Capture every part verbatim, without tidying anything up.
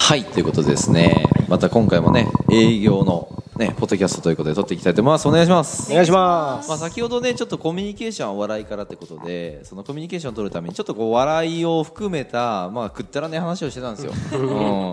はい、ということでですね、また今回もね営業のねポッドキャストということで撮っていきたいと思います。お願いします。 お願いします。 まあ、先ほどねちょっとコミュニケーションは笑いからってことで、そのコミュニケーションを取るためにちょっとこう笑いを含めたまあくったらね話をしてたんですよ。うん、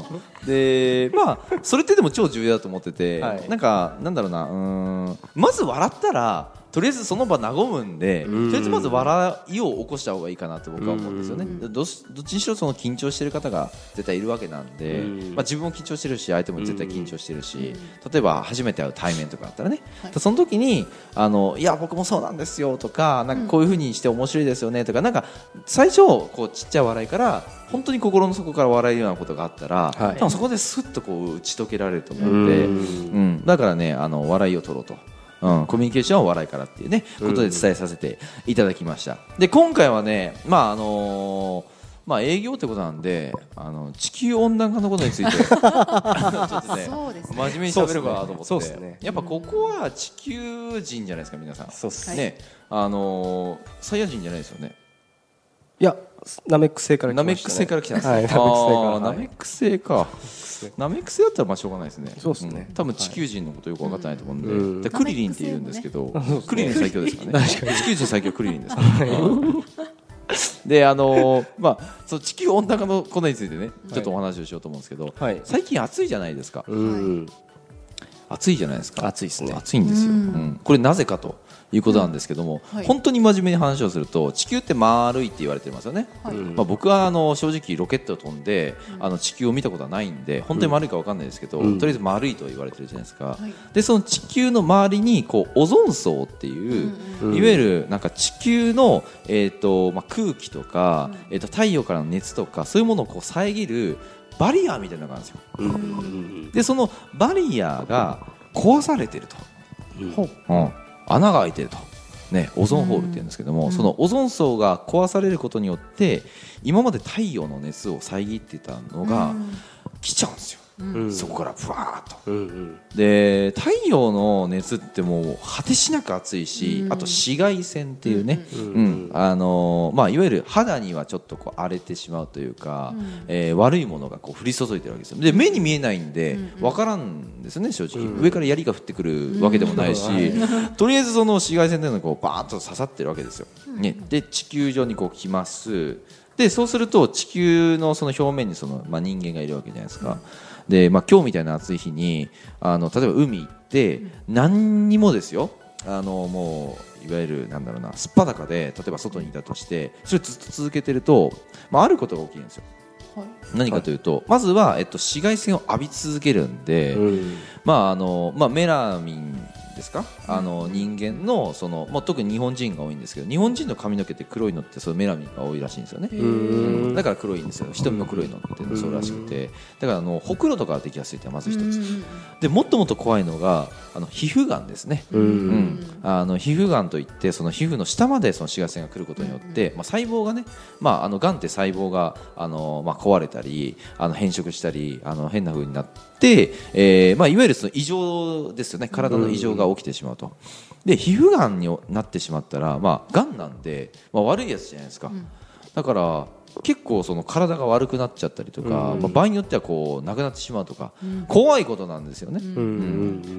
でまあそれってでも超重要だと思ってて、はい、なんかなんだろうな、うーんまず笑ったらとりあえずその場和むんで、とりあえずまず笑いを起こした方がいいかなと僕は思うんですよね。ど, どっちにしろその緊張している方が絶対いるわけなんで、まあ、自分も緊張してるし相手も絶対緊張してるし、例えば初めて会う対面とかあったらね、はい、その時にあのいや僕もそうなんですよとか、なんかこういう風にして面白いですよねとか、なんか最初こうちっちゃい笑いから本当に心の底から笑えるようなことがあったら、はい、多分そこですっとこう打ち解けられると思うので、うん、だからねあの笑いを取ろうと。うん、コミュニケーションは笑いからっていうねことで伝えさせていただきました。で今回はね、まああのーまあ、営業ってことなんで、あの地球温暖化のことについてちょっとね真面目に喋るかなと思って、ね、やっぱここは地球人じゃないですか皆さん。そうですね、あのー、サイヤ人じゃないですよね。 いやナメック星から来ましたね。ナメック星から来たんですね。 はい、 ナメック星か。ナメック星だったらまあしょうがないですね。 そうですね、 うん、多分地球人のことよく分かってないと思うんで、うん、でクリリンって言うんですけど、クリリン最強ですかね。地球人最強クリリンですからね。であのー、まあその地球温暖化のことについてねちょっとお話をしようと思うんですけど、はい、最近暑いじゃないですか。うん、暑いじゃないですか。 暑いですね。 暑いんですよ。うん、これなぜかということなんですけども、うんはい、本当に真面目に話をすると地球って丸いって言われてますよね。はい、まあ、僕はあの正直ロケットを飛んで、うん、あの地球を見たことはないんで本当に丸いか分かんないですけど、うん、とりあえず丸いと言われてるじゃないですか。はい、でその地球の周りにこうオゾン層っていう、うん、いわゆるなんか地球の、えーとまあ、空気とか、うん、えーと太陽からの熱とかそういうものをこう遮るバリアーみたいなのがあるんですよ。うん、でそのバリアーが壊されてると、うんうん、穴が開いてると、ね、オゾンホールって言うんですけども、うん、そのオゾン層が壊されることによって今まで太陽の熱を遮ってたのが来ちゃうんですよ。うん、そこからふわーっと、うんうん、で太陽の熱ってもう果てしなく暑いし、うん、あと紫外線っていうね、うんうんあのーまあ、いわゆる肌にはちょっとこう荒れてしまうというか、うんえー、悪いものがこう降り注いでるわけですよ。で目に見えないんで分からんですよね正直、うん、上から槍が降ってくるわけでもないし、うん、とりあえずその紫外線っていうのがこうバーッと刺さってるわけですよ、ね、で地球上にこう来ます。でそうすると地球のその表面にその、まあ、人間がいるわけじゃないですか。うんでまあ、今日みたいな暑い日にあの例えば海行って何にもですよ、あのもういわゆるなんだろうなすっぱだかで例えば外にいたとしてそれをずっと続けてると、まあ、あることが起きるんですよ。はい、何かというと、はい、まずは、えっと、紫外線を浴び続けるんで、うんまああのまあ、メラミンですか、あの人間のその、まあ、特に日本人が多いんですけど日本人の髪の毛って黒いのってそのメラミンが多いらしいんですよね。うんだから黒いんですよ。瞳の黒いのってそうらしくて、だからあのほくろとかができやすいってまず一つで、もっともっと怖いのがあの皮膚がんですね。うん、あの皮膚がんといってその皮膚の下までその紫外線が来ることによって、まあ、細胞がね、まあ、あのがんって細胞があの、まあ、壊れたりあの変色したりあの変な風になってでえーまあ、いわゆるその異常ですよね。体の異常が起きてしまうと。で皮膚がんになってしまったら、まあ、がんなんで、まあ、悪いやつじゃないですか。うん、だから結構その体が悪くなっちゃったりとか、うんまあ、場合によってはこうなくなってしまうとか、うん、怖いことなんですよね。うんうん、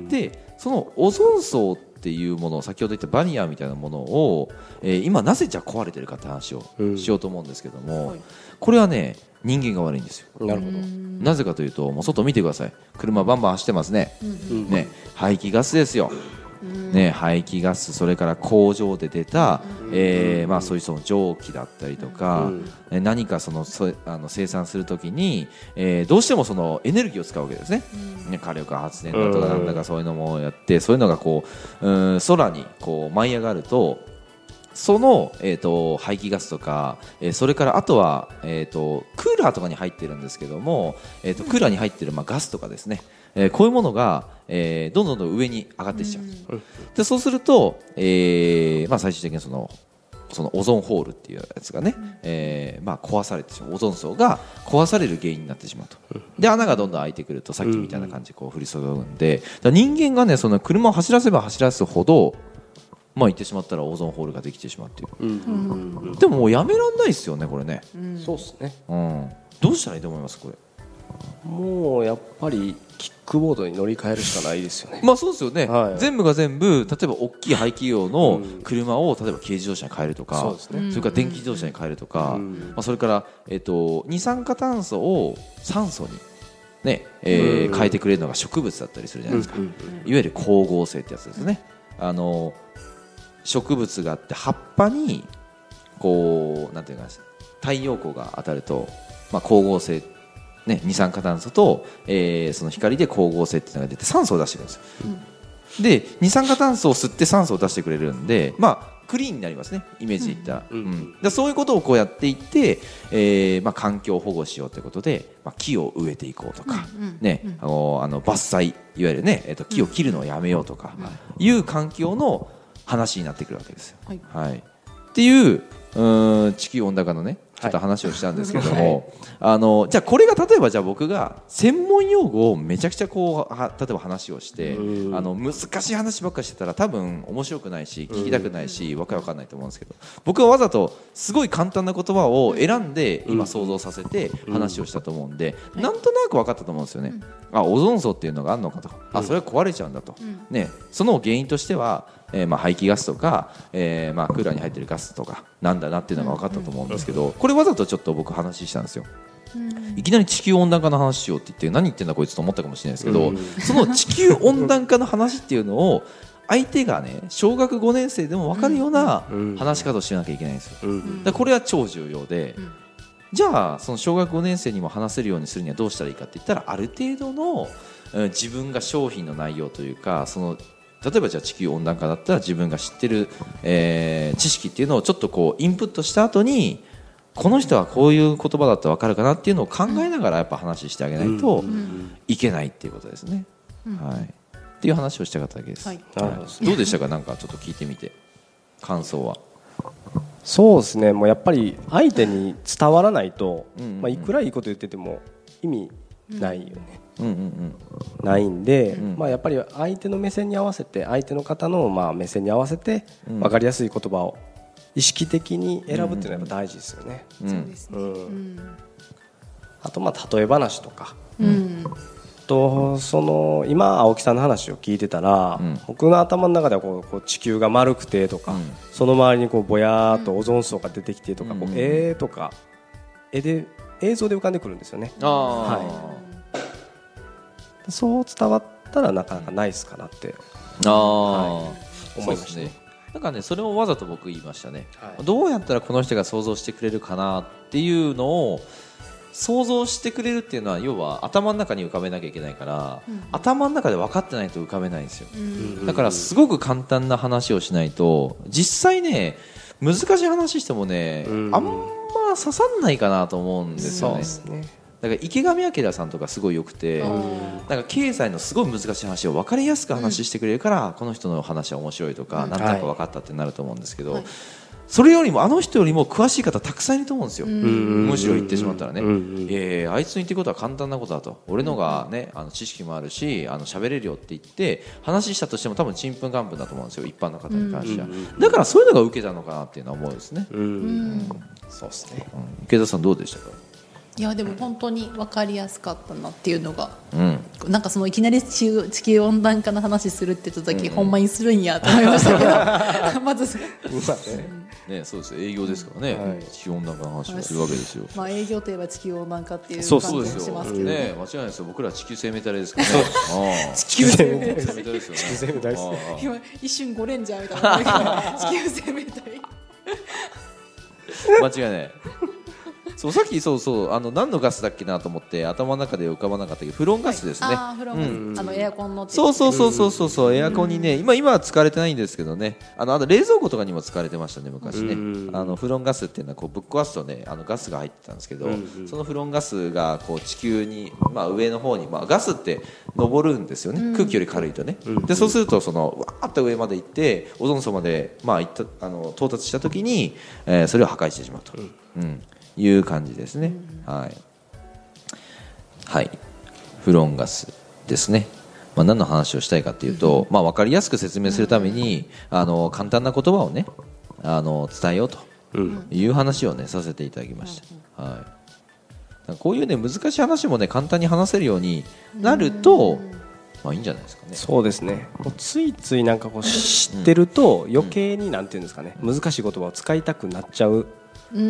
でそのオゾン層っていうものを先ほど言ったバリアみたいなものを、えー、今なぜじゃ壊れてるかって話をしようと思うんですけども、うんはい、これはね人間が悪いんですよ。なるほど。なぜかというともう外見てください。車バンバン走ってますね。うん、ね排気ガスですよ。ね、排気ガスそれから工場で出た、えーまあ、そういうその蒸気だったりとか、うん、何かそのそあの生産するときに、えー、どうしてもそのエネルギーを使うわけですね。うん、ね火力発電だとかなんだかそういうのもやってそういうのがこう、うん、空にこう舞い上がるとその、えー、と排気ガスとか、えー、それからあとは、えー、とクーラーとかに入ってるんですけども、えー、とクーラーに入ってる、まあ、ガスとかですね、えー、こういうものが、えー、どんどんどん上に上がってきちゃう、うん、でそうすると、えーまあ、最終的にそのそのオゾンホールっていうやつがね、うんえーまあ、壊されてしまうオゾン層が壊される原因になってしまうと。で穴がどんどん開いてくるとさっきみたいな感じでこう降り注ぐんで、だ人間がねその車を走らせば走らすほどまあ言ってしまったらオゾンホールができてしまうっていう、うんうん、でももうやめらんないですよねこれね、うん、 そうですね、 うん、どうしたらいいと思いますこれ。 もうやっぱりキックボードに乗り換えるしかないですよね。 まあそうですよね、 はい、 全部が全部例えば大きい排気量の車を例えば軽自動車に変えるとか、 そうですね、 それから電気自動車に変えるとか、 うんまあ、それから、えー、と二酸化炭素を酸素に、ねえー、変えてくれるのが植物だったりするじゃないですか、うんうんうん、いわゆる光合成ってやつですね。あの植物があって葉っぱにこうなんていうか太陽光が当たると、まあ、光合成ね、二酸化炭素と、えー、その光で光合成っていうのが出て酸素を出してくるんですよ、うん、で二酸化炭素を吸って酸素を出してくれるんで、まあ、クリーンになりますね、イメージでいったら、うんうん、だそういうことをこうやっていって、えーまあ、環境保護しようということで、まあ、木を植えていこうとか、うんうんね、あのあの伐採いわゆる、ねえー、と木を切るのをやめようとかいう環境の話になってくるわけですよ、はいはい、っていううん地球温暖化のねちょっと話をしたんですけども、はい、あのじゃあこれが例えばじゃあ僕が専門用語をめちゃくちゃこうは例えば話をしてあの難しい話ばっかりしてたら多分面白くないし聞きたくないしわけわかんないと思うんですけど、僕はわざとすごい簡単な言葉を選んで今想像させて話をしたと思うんで、なんとなく分かったと思うんですよね。あ、オゾン層っていうのがあるのかと、あ、それは壊れちゃうんだと、ね、その原因としてはえー、まあ排気ガスとか、えー、まあクーラーに入っているガスとかなんだなっていうのが分かったと思うんですけど、これわざとちょっと僕話したんですよ。いきなり地球温暖化の話しようって言って何言ってんだこいつと思ったかもしれないですけど、その地球温暖化の話っていうのを相手がね小学ごねん生でも分かるような話し方をしなきゃいけないんですよ。だからこれは超重要で、じゃあその小学ごねん生にも話せるようにするにはどうしたらいいかって言ったら、ある程度の自分が商品の内容というか、その例えばじゃあ地球温暖化だったら自分が知ってる、えー、知識っていうのをちょっとこうインプットした後に、この人はこういう言葉だったら分かるかなっていうのを考えながらやっぱ話してあげないといけないっていうことですね、うんはい、っていう話をしたかっただけです、はいはい、どうでしたか、なんかちょっと聞いてみて感想は。 そうですね、もうやっぱり相手に伝わらないと、うんうんうん、まあ、いくらいいこと言ってても意味ないよね、うんうんうん、ないんで、うんまあ、やっぱり相手の目線に合わせて、相手の方のまあ目線に合わせて分かりやすい言葉を意識的に選ぶっていうのはやっぱ大事ですよね、うんうんうん、あとまあ例え話とか、うん、とその今青木さんの話を聞いてたら、うん、僕の頭の中ではこうこう地球が丸くてとか、うん、その周りにこうぼやーっとオゾン層が出てきてとか、うん、こう絵とか絵で映像で浮かんでくるんですよね、あ、はい、そう伝わったらなかなかナイスかなって、あ、 はい、思いましたね。なんかね、それをわざと僕言いましたね、はい、どうやったらこの人が想像してくれるかなっていうのを想像してくれるっていうのは、要は頭の中に浮かべなきゃいけないから、うん、頭の中で分かってないと浮かべないんですよ、うん、だからすごく簡単な話をしないと、実際ね難しい話してもね、うん、あんま刺さんないかなと思うんですよね、そうですね。だから池上彰さんとかすごい良くて、なんか経済のすごい難しい話を分かりやすく話してくれるから、うん、この人の話は面白いとか、うん、なんとなく分かったってなると思うんですけど、はい、それよりもあの人よりも詳しい方たくさんいると思うんですよ、うん、むしろ言ってしまったらね、うん、えー、あいつの言ってることは簡単なことだと、俺のが、ね、あの知識もあるしあの喋れるよって言って話したとしても多分ちんぷんかんぷんだと思うんですよ、一般の方に関しては、うん、だからそういうのが受けたのかなっていうのは思うんですね、うんうん、そうですね、うん、池田さんどうでしたか。 いやでも本当に分かりやすかったなっていうのが、うん、なんかそのいきなり地球温暖化の話するって言った時、うんうん、ほんまにするんやと思いましたけどまずね、 ね、そうです営業ですからね、はい、地球温暖化の話をするわけですよ、 まあ、営業といえば地球温暖化っていう感じがしますけどね、 間違いないですよ、僕ら地球生命体ですからねあ地球生命体ですよね今一瞬ゴレンジャーみたいな地球生命体間違いないそうさっきそうそうあの何のガスだっけなと思って頭の中で浮かばなかったけどフロンガスですね、はい、あフロンガス、うん、あのエアコンのそうそうそうそうそうそうエアコンにね今今は使われてないんですけどねあのあと冷蔵庫とかにも使われてましたね昔ねあのフロンガスっていうのはこうぶっ壊すとねあのガスが入ってたんですけどそのフロンガスがこう地球に、まあ、上の方に、まあ、ガスって上るんですよね空気より軽いとねでそうするとそのわーっと上まで行ってオゾン層まで、まあ、行ったあの到達した時に、えー、それを破壊してしまうと、うんいう感じですね、うんはいはい、フロンガスですね、まあ、何の話をしたいかというと、うんまあ、分かりやすく説明するために、うん、あの簡単な言葉をねあの伝えようという話を、ね、させていただきました、うんはい、 こういうね難しい話もね簡単に話せるようになると、まあいいんじゃないですかね。 そうですね。もうついついなんかこう知ってると余計になんていうんですかね、難しい言葉を使いたくなっちゃう。うん、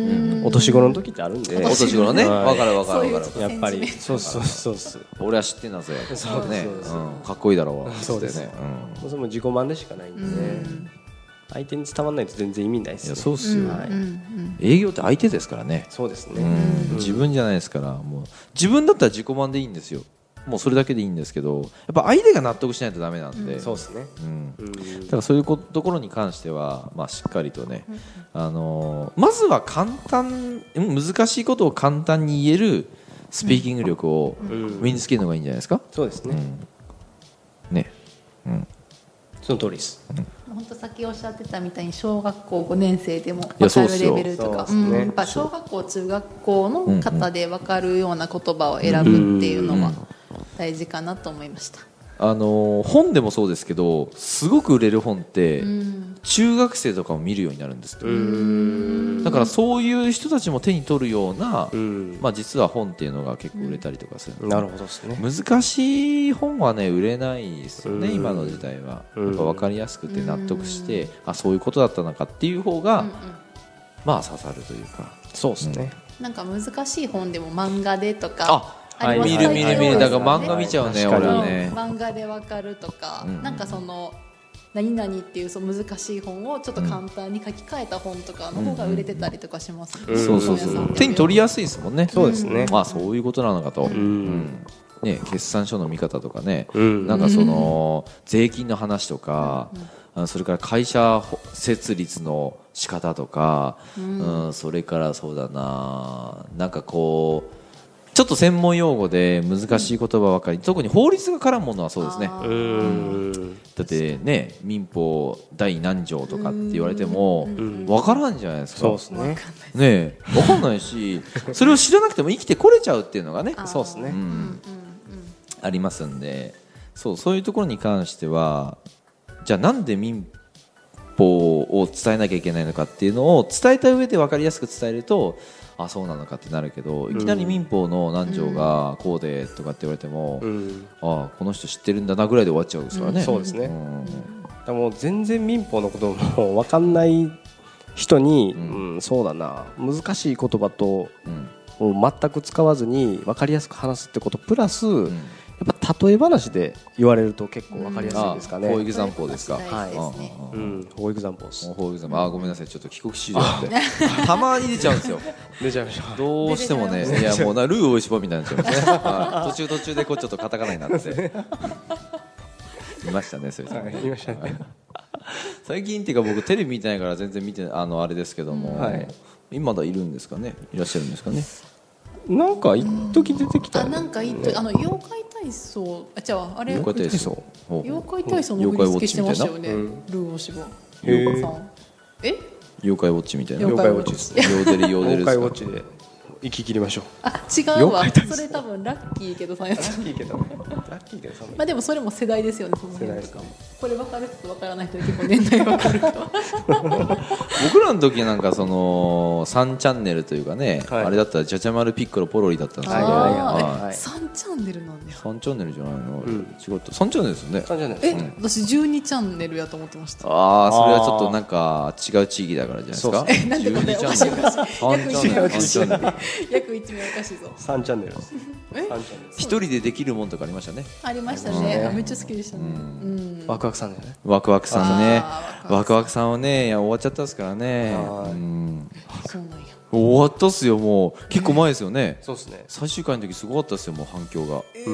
お年頃の時ってあるんで。 お年頃ね。わかるわかるわかる。 やっぱりそうそうそうそう。 俺は知ってんだぜ。そうね。かっこいいだろう。 そうですね。それも自己満でしかないんでね。相手に伝わらないと全然意味ないですよ。 そうっすよ。営業って相手ですからね。 そうですね。 自分じゃないですから、もう自分だったら自己満でいいんですよ。もうそれだけでいいんですけど、やっぱ相手が納得しないとダメなんで、 そうですね。 だからそういうところに関しては、まあしっかりとね、あのまずは簡単、難しいことを簡単に言えるスピーキング力を身につけるのがいいんじゃないですか。 そうですね。 ね、 その通りです。 本当さっきおっしゃってたみたいに小学校ごねん生でも分かるレベルとか、やっぱ小学校中学校の方で分かるような言葉を選ぶっていうのは大事かなと思いました。 あの本でもそうですけど、すごく売れる本って中学生とかも見るようになるんですよ。だからそういう人たちも手に取るような、まあ、実は本っていうのが結構売れたりとかする。 なるほどですね。 難しい本はね売れないですよね、今の時代は。やっぱ分かりやすくて納得して、あそういうことだったのかっていう方が、まあ刺さるというか。 そうですね。 なんか難しい本でも漫画でとかはい、見る見る見る。だから漫画見ちゃうね、俺はね。 漫画でわかるとか、なんかその何々っていうその難しい本をちょっと簡単に書き換えた本とかの方が売れてたりとかしますね。 そうそうそう。手に取りやすいですもんね。 そうですね。 まあそういうことなのかと。ね、決算書の見方とかね、なんかその税金の話とか、それから会社設立の仕方とか、それからそうだな、なんかこう。ちょっと専門用語で難しい言葉ばかり、特に法律が絡むものはそうですね。だってね、民法第何条とかって言われても分からんじゃないですか。 そうですね。 ね、分かんないし、それを知らなくても生きてこれちゃうっていうのがね、 そうですね。 ありますんで、そうそういうところに関しては、じゃあなんで民法を伝えなきゃいけないのかっていうのを伝えた上で分かりやすく伝えると。あそうなのかってなるけど、いきなり民法の何条がこうでとかって言われても、うん、あこの人知ってるんだなぐらいで終わっちゃうんですからね。 そうですね。うん、もう全然民法のことも分かんない人に、うんうん、そうだな、難しい言葉と、うん、全く使わずに分かりやすく話すってことプラス、うん、やっぱ例え話で言われると結構分かりやすいですかね。 フォーエグザンポーですか。 はい。 うん、フォーエグザンポーです。 フォーエグザンポー。あごめんなさい、ちょっと帰国子女なんでたまに出ちゃうんですよ。 出ちゃいました。 どうしてもね、いやもうなルーおいしぼみたいになっちゃいますね。途中途中でこうちょっとカタカナになっていましたね、そういう人ね。 いましたね。 最近っていうか僕テレビ見てないから全然見てあのあれですけども、はい、今だいるんですかね、いらっしゃるんですかね。 なんか一時出てきた、 ね、あなんか一時あの妖怪体操あじゃああれ妖怪体操妖怪体操の振り付けしてましたよね、ルーオシバ妖怪さんえ妖怪ウォッチみたいな。 妖怪ウォッチですね。 ヨーデルヨーデル妖怪ウォッチで行き切りましょう。 あ違うわ、それ多分ラッキーけどさんやつ。 ラッキーけどラッキーけどさん。 まあでもそれも世代ですよね。その世代ですか。 これ分かる人と分からない人で結構年代分かる人。 僕らの時なんかそのさんチャンネルというかね、はい、あれだったらジャジャマルピッコロポロリだったんですけど、 さんチャンネルなんだよ。 さんチャンネルじゃないの、うん、違ったさんチャンネルですよね。 さんチャンネルですね。 え、私じゅうにチャンネルやと思ってました。 ああそれはちょっとなんか違う地域だからじゃないですか。 えなんでこんなおかしいおかしい。約いち名おかしい。 約いち名おかしいぞ。 さんチャンネルです。 一人でできるもんとかありましたね。 ありましたね。めっちゃ好きでしたね。 ワクワクさんだよね。 ワクワクさんね。ワクワクさんはね、いや終わっちゃったですからね。 そうなんや。 終わったっすよ、もう結構前ですよね。 そうですね。 最終回の時すごかったですよ、もう反響が。 うん、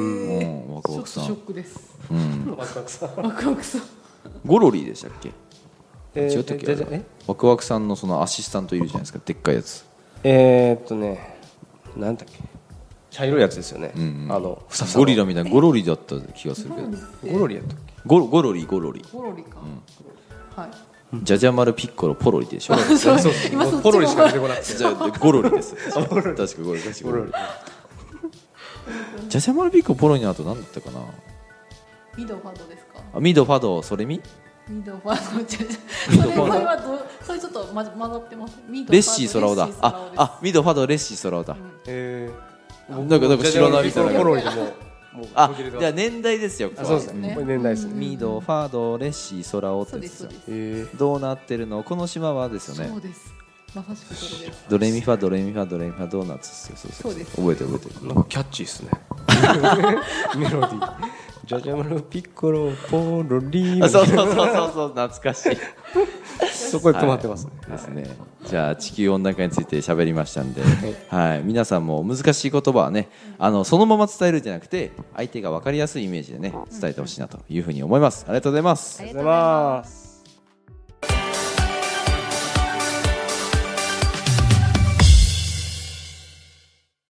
ワクワクさん。ショックです。 うん。 ワクワクさん。ワクワクさん。 ゴロリでしたっけ？違ったっけ？ワクワクさんのそのアシスタントいるじゃないですか、でっかいやつ。 えーっとね、なんだっけ。茶色いやつですよね。あのゴリラみたいなゴロリだった気がするけど。 ゴロリやったっけ？ ゴゴロリゴロリ。 ゴロリか。はい。 ジャジャマルピッコロポロリでしょ。 そうそう。今そっちポロリしか出てこなくて。 じゃあゴロリです。確かゴロリ。確かゴロリ。ジャジャマルピッコロポロリの後何だったかな。 ミドファドですか。 あミドファドそれみ？ ミドファドじゃじゃ。それはどそれちょっとま混ざってます。 レッシーソラオだ。ああミドファドレッシーソラオだ。 へえ。 なんかなんか知らないみたいな。あ、じゃあ年代ですよ。 そうですね。これ年代ですね。 ミドファドレシソラオってですよ。どうなってるの？この島はですよね。 そうです。まさしくそれです。 ドレミファドレミファドレミファドーナツですよ。そうそう。覚えて覚えてる。 なんかキャッチーですね。メロディー。ジャジャマルピッコロポロリー。 そうそうそうそうそう、懐かしい。 そこで止まってますね。 ですね。じゃあ地球温暖化について喋りましたんで、はい、皆さんも難しい言葉はね、あのそのまま伝えるんじゃなくて、相手が分かりやすいイメージでね伝えてほしいなというふうに思います。ありがとうございます。 ありがとうございます。